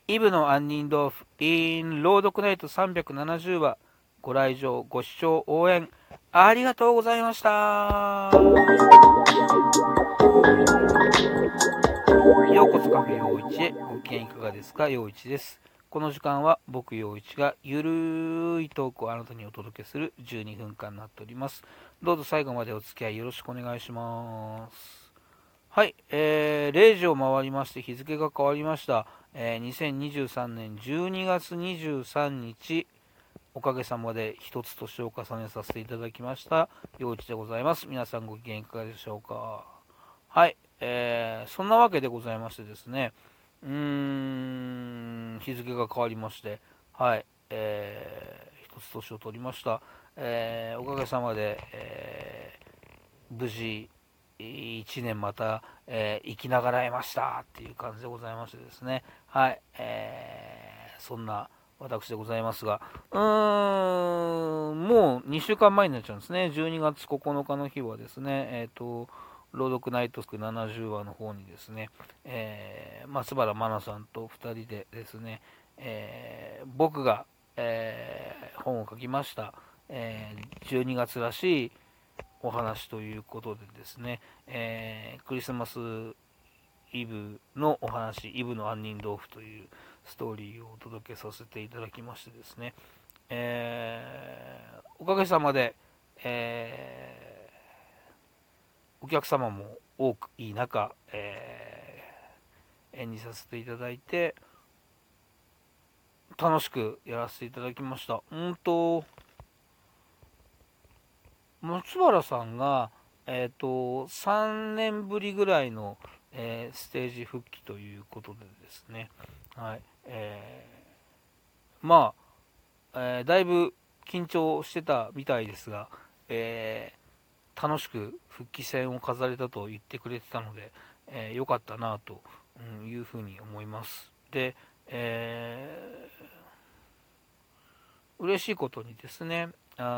イブの杏仁豆腐 in 朗読ナイト370話、ご来場、ご視聴、応援、ありがとうございました。ようこそカフェ陽一へ。ご機嫌いかがですか？陽一です。この時間は僕陽一がゆるいトークをあなたにお届けする12分間になっております。どうぞ最後までお付き合いよろしくお願いします。はい、0時を回りまして日付が変わりました。2023年12月23日、おかげさまで一つ年を重ねさせていただきました、陽一でございます。皆さんご機嫌いかがでしょうか？はい、そんなわけでございましてですね、日付が変わりまして、はい、一つ年を取りました。おかげさまで、無事、1年また、生きながらえましたっていう感じでございましてですね、はい、そんな私でございますが、もう2週間前になっちゃうんですね。12月9日の日はですね、朗読ナイトスク70話の方にですね、松原真奈さんと2人でですね、僕が、本を書きました、12月らしいお話ということでですね、クリスマスイブのお話、イブの杏仁豆腐というストーリーをお届けさせていただきましてですね、おかげさまで、お客様も多くいい中、演じさせていただいて、楽しくやらせていただきました。松原さんが、3年ぶりぐらいの、ステージ復帰ということでですね、はい、まだいぶ緊張してたみたいですが、楽しく復帰戦を飾れたと言ってくれてたので、良かったなというふうに思います。で、嬉しいことにですね、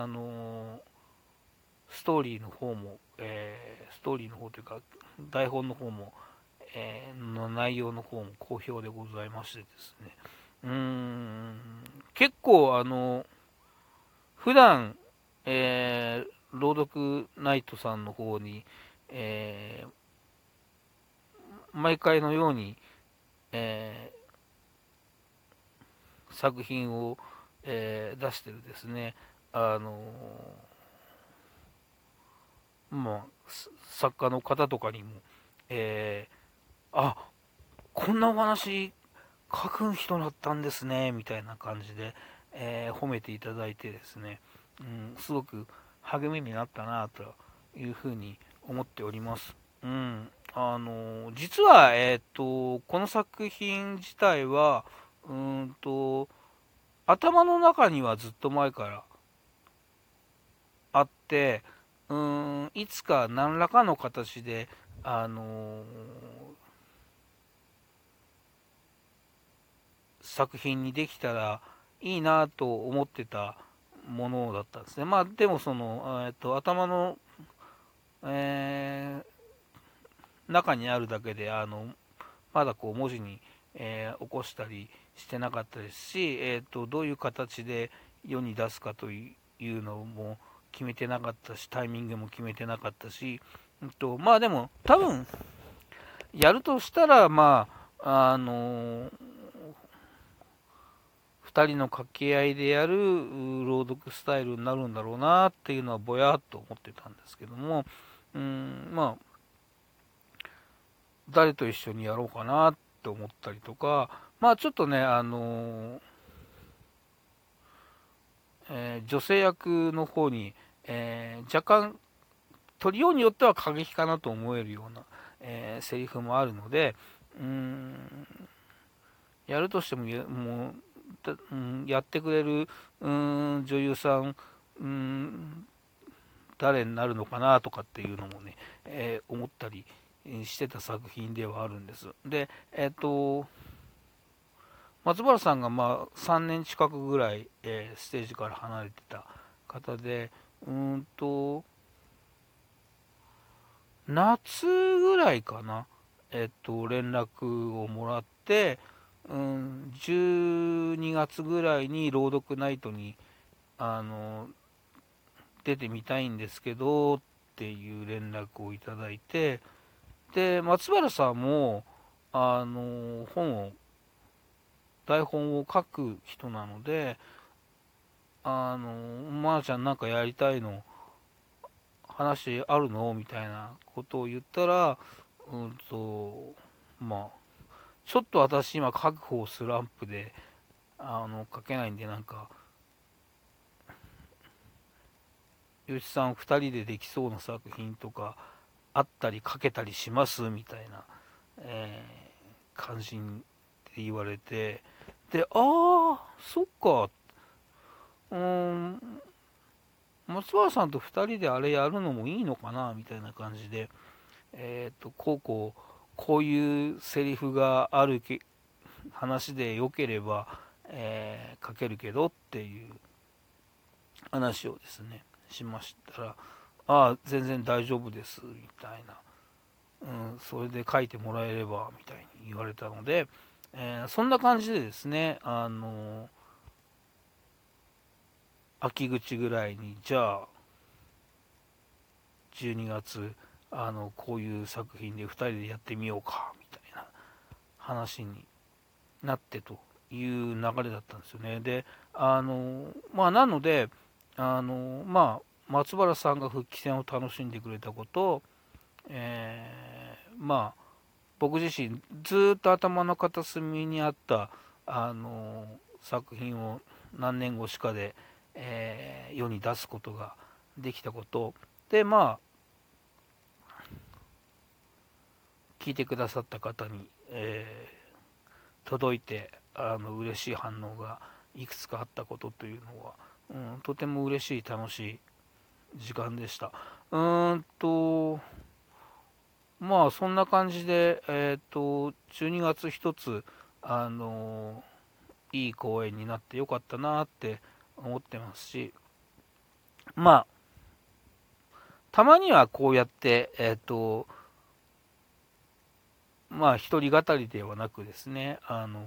ストーリーの方も、ストーリーの方というか、台本の方も、の内容の方も好評でございましてですね、結構、普段、朗読ナイトさんの方に、毎回のように、え作品を、出してるですね、あの作家の方とかにも、あ、こんなお話書く人だったんですね、みたいな感じで、褒めていただいてですね、すごく励みになったなというふうに思っております。実は、この作品自体は、頭の中にはずっと前からあって、いつか何らかの形で、あの作品にできたらいいなと思ってたものだったんですね。まあでもその、頭の、え中にあるだけでまだこう文字に、起こしたりしてなかったですし、どういう形で世に出すかというのも決めてなかったし、タイミングも決めてなかったし、まあでも多分やるとしたら、まあ2人の掛け合いでやる朗読スタイルになるんだろうなっていうのはぼやっと思ってたんですけども、まあ誰と一緒にやろうかなって思ったりとか、まあちょっとね、女性役の方に、若干、取りようによっては過激かなと思えるような、セリフもあるので、やるとしても、もう、やってくれる、女優さん、誰になるのかなとかっていうのもね、思ったりしてた作品ではあるんです。で、松原さんがまあ3年近くぐらい、ステージから離れてた方で、夏ぐらいかな、連絡をもらって、 12月ぐらいに朗読ナイトに出てみたいんですけどっていう連絡をいただいて、で松原さんも台本を書く人なので、まなちゃんなんかやりたいの話あるのみたいなことを言ったら、まあちょっと私今書く方スランプで書けないんで、なんか吉さん2人でできそうな作品とかあったり書けたりしますみたいな、感じって言われて、でそっか、松原さんと2人であれやるのもいいのかなみたいな感じで、こういうセリフがある話でよければ、書けるけどっていう話をですねしましたら、全然大丈夫ですみたいな、それで書いてもらえればみたいに言われたので、そんな感じでですね、秋口ぐらいにじゃあ12月こういう作品で2人でやってみようかみたいな話になってという流れだったんですよね。でなので松原さんが復帰戦を楽しんでくれたこと、僕自身ずっと頭の片隅にあった作品を何年後しかで、世に出すことができたことで、聞いてくださった方に、届いて嬉しい反応がいくつかあったことというのは、とても嬉しい楽しい時間でした。そんな感じで、12月一ついい公演になってよかったなって思ってますし、たまにはこうやって一人語りではなくですね、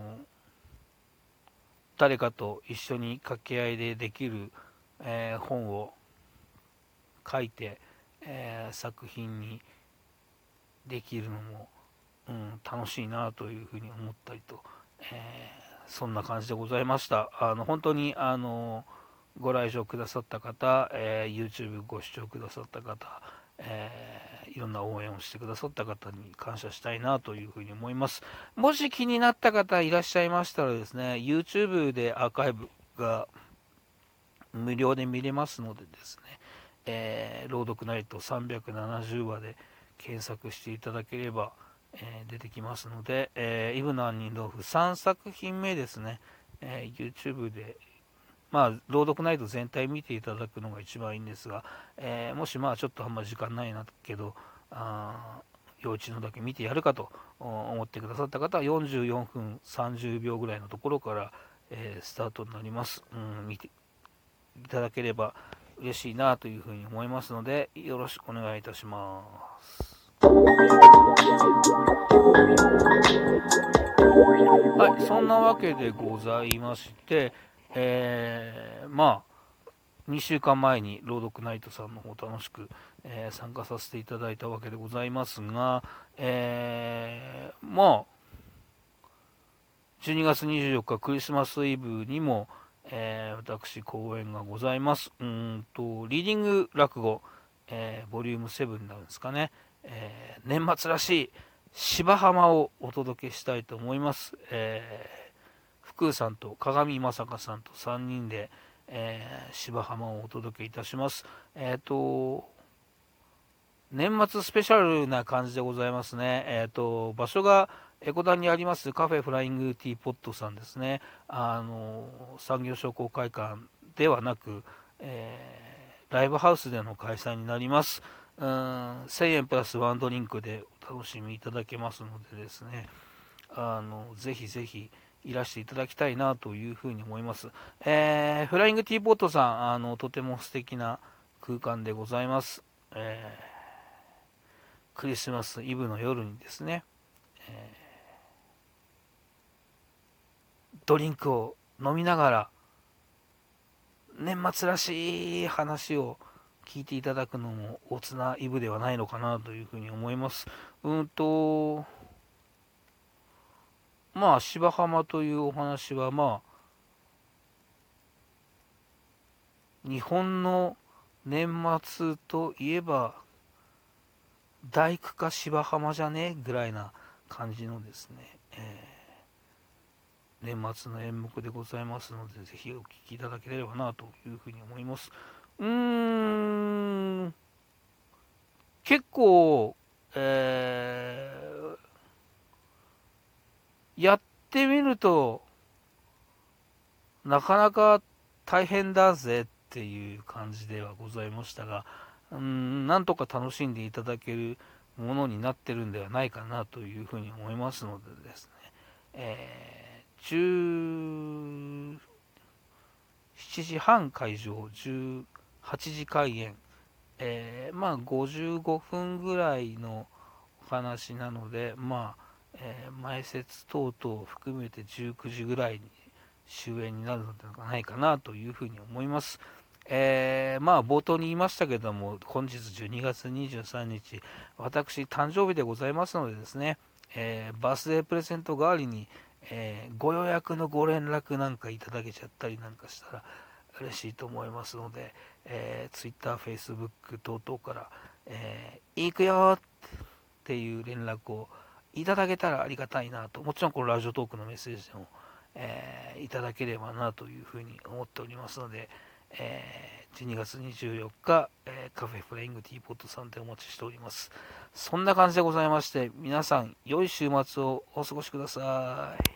誰かと一緒に掛け合いでできる、本を書いて、作品にできるのも、楽しいなというふうに思ったりと、そんな感じでございました。本当にご来場くださった方、YouTube ご視聴くださった方、いろんな応援をしてくださった方に感謝したいなというふうに思います。もし気になった方いらっしゃいましたらですね、YouTube でアーカイブが無料で見れますのでですね、朗読ナイト370話で検索していただければ、出てきますので、イブの杏仁豆腐3作品目ですね、YouTube で朗読ナイト全体見ていただくのが一番いいんですが、もしちょっとあんま時間ないなけど、幼稚のだけ見てやるかと思ってくださった方は44分30秒ぐらいのところから、スタートになります。見ていただければ嬉しいなというふうに思いますので、よろしくお願いいたします。はい、そんなわけでございまして、2週間前に朗読ナイトさんの方楽しく、参加させていただいたわけでございますが、12月24日クリスマスイブにも、私公演がございます。リーディング落語、ボリューム7なんですかね、年末らしい芝浜をお届けしたいと思います。福宇さんと鏡正香さんと3人で、芝浜をお届けいたします。年末スペシャルな感じでございますね。場所が江古田にありますカフェフライングティーポットさんですね。産業商工会館ではなく、ライブハウスでの開催になります。1000円プラスワンドリンクでお楽しみいただけますのでですね、ぜひぜひいらしていただきたいなというふうに思います。フライングティーポットさん、とても素敵な空間でございます。クリスマスイブの夜にですね、 ドリンクを飲みながら年末らしい話を聞いていただくのもおつなイブではないのかなというふうに思います。まあ芝浜というお話は日本の年末といえば大工か芝浜じゃねぐらいな感じのですね、年末の演目でございますので、ぜひお聞きいただければなというふうに思います。結構、やってみるとなかなか大変だぜっていう感じではございましたが、なんとか楽しんでいただけるものになってるんではないかなというふうに思いますのでですね、17時半会場、18時開演、55分ぐらいのお話なので、前説等々含めて19時ぐらいに終演になるのではないかなというふうに思います。冒頭に言いましたけども、本日12月23日、私、誕生日でございますのでですね、バースデープレゼント代わりに、ご予約のご連絡なんかいただけちゃったりなんかしたら嬉しいと思いますので、Twitter、Facebook 等々から、行くよっていう連絡をいただけたらありがたいなと、もちろんこのラジオトークのメッセージでも、いただければなというふうに思っておりますので、12月24日、カフェフライングティーポットさんでお待ちしております。そんな感じでございまして、皆さん良い週末をお過ごしください。